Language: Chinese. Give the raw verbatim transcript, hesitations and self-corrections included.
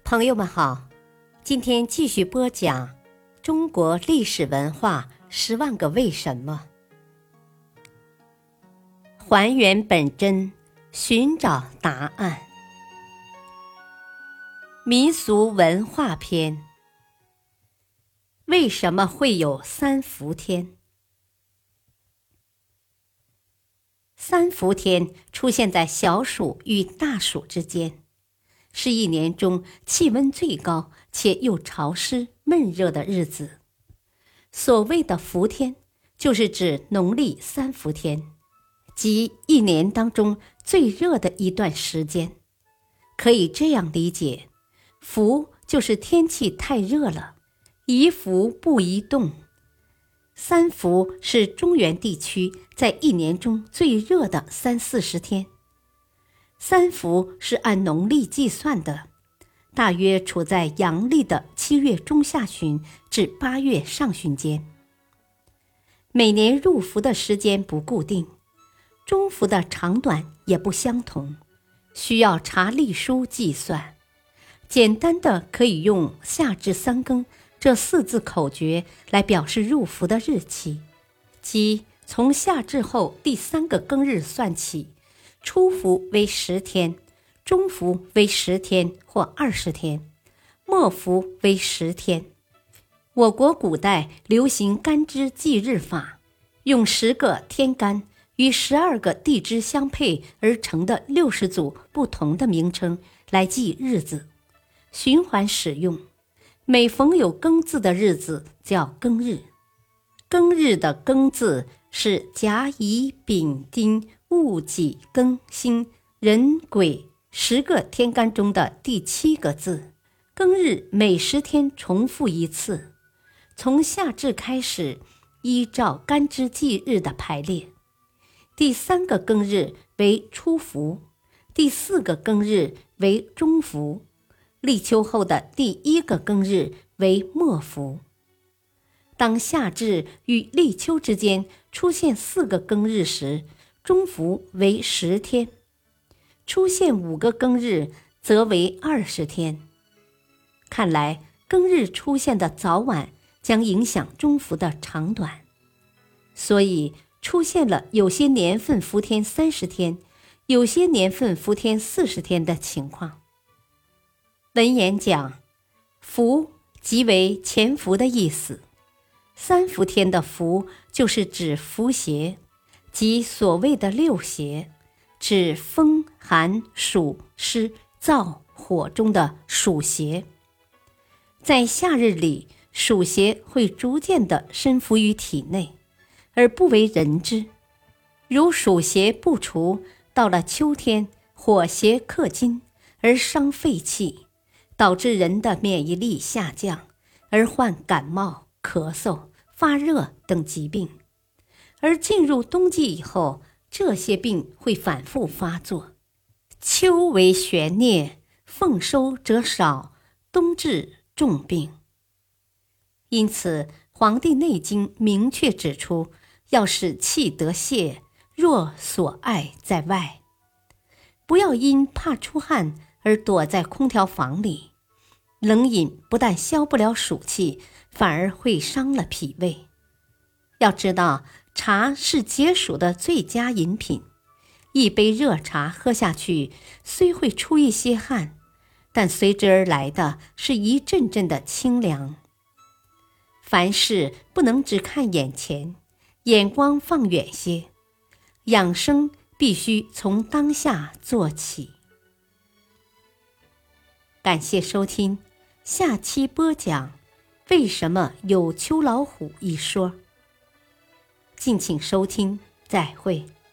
朋友们好，今天继续播讲中国历史文化十万个为什么，还原本真，寻找答案。民俗文化篇：为什么会有三伏天？三伏天出现在小暑与大暑之间，是一年中气温最高且又潮湿闷热的日子。所谓的伏天，就是指农历三伏天，即一年当中最热的一段时间。可以这样理解，伏就是天气太热了，宜伏不宜动。三伏是中原地区在一年中最热的三四十天。三伏是按农历计算的，大约处在阳历的七月中下旬至八月上旬间。每年入伏的时间不固定，中伏的长短也不相同，需要查历书计算。简单的可以用夏至三更这四字口诀来表示入伏的日期，即从夏至后第三个庚日算起，初伏为十天，中伏为十天或二十天，末伏为十天。我国古代流行干支纪日法，用十个天干与十二个地支相配而成的六十组不同的名称来记日子，循环使用。每逢有庚字的日子叫庚日。庚日的庚字是甲乙丙丁戊己庚辛壬癸十个天干中的第七个字。庚日每十天重复一次，从夏至开始，依照干支纪日的排列。第三个庚日为初伏，第四个庚日为中伏，立秋后的第一个庚日为末伏。当夏至与立秋之间出现四个庚日时，中伏为十天；出现五个庚日，则为二十天。看来庚日出现的早晚将影响中伏的长短，所以出现了有些年份伏天三十天，有些年份伏天四十天的情况。文言讲，伏即为潜伏的意思。三伏天的伏就是指伏邪，即所谓的六邪，指风、寒、暑、湿、燥、火中的暑邪。在夏日里，暑邪会逐渐地深伏于体内，而不为人知。如暑邪不除，到了秋天，火邪克金，而伤肺气，导致人的免疫力下降，而患感冒、咳嗽、发热等疾病。而进入冬季以后，这些病会反复发作。秋为玄疟，奉收者少，冬至重病。因此，《黄帝内经》明确指出，要使气得泄，若所爱在外。不要因怕出汗而躲在空调房里，冷饮不但消不了暑气，反而会伤了脾胃。要知道，茶是解暑的最佳饮品，一杯热茶喝下去，虽会出一些汗，但随之而来的是一阵阵的清凉。凡事不能只看眼前，眼光放远些，养生必须从当下做起。感谢收听，下期播讲为什么有秋老虎一说。敬请收听，再会。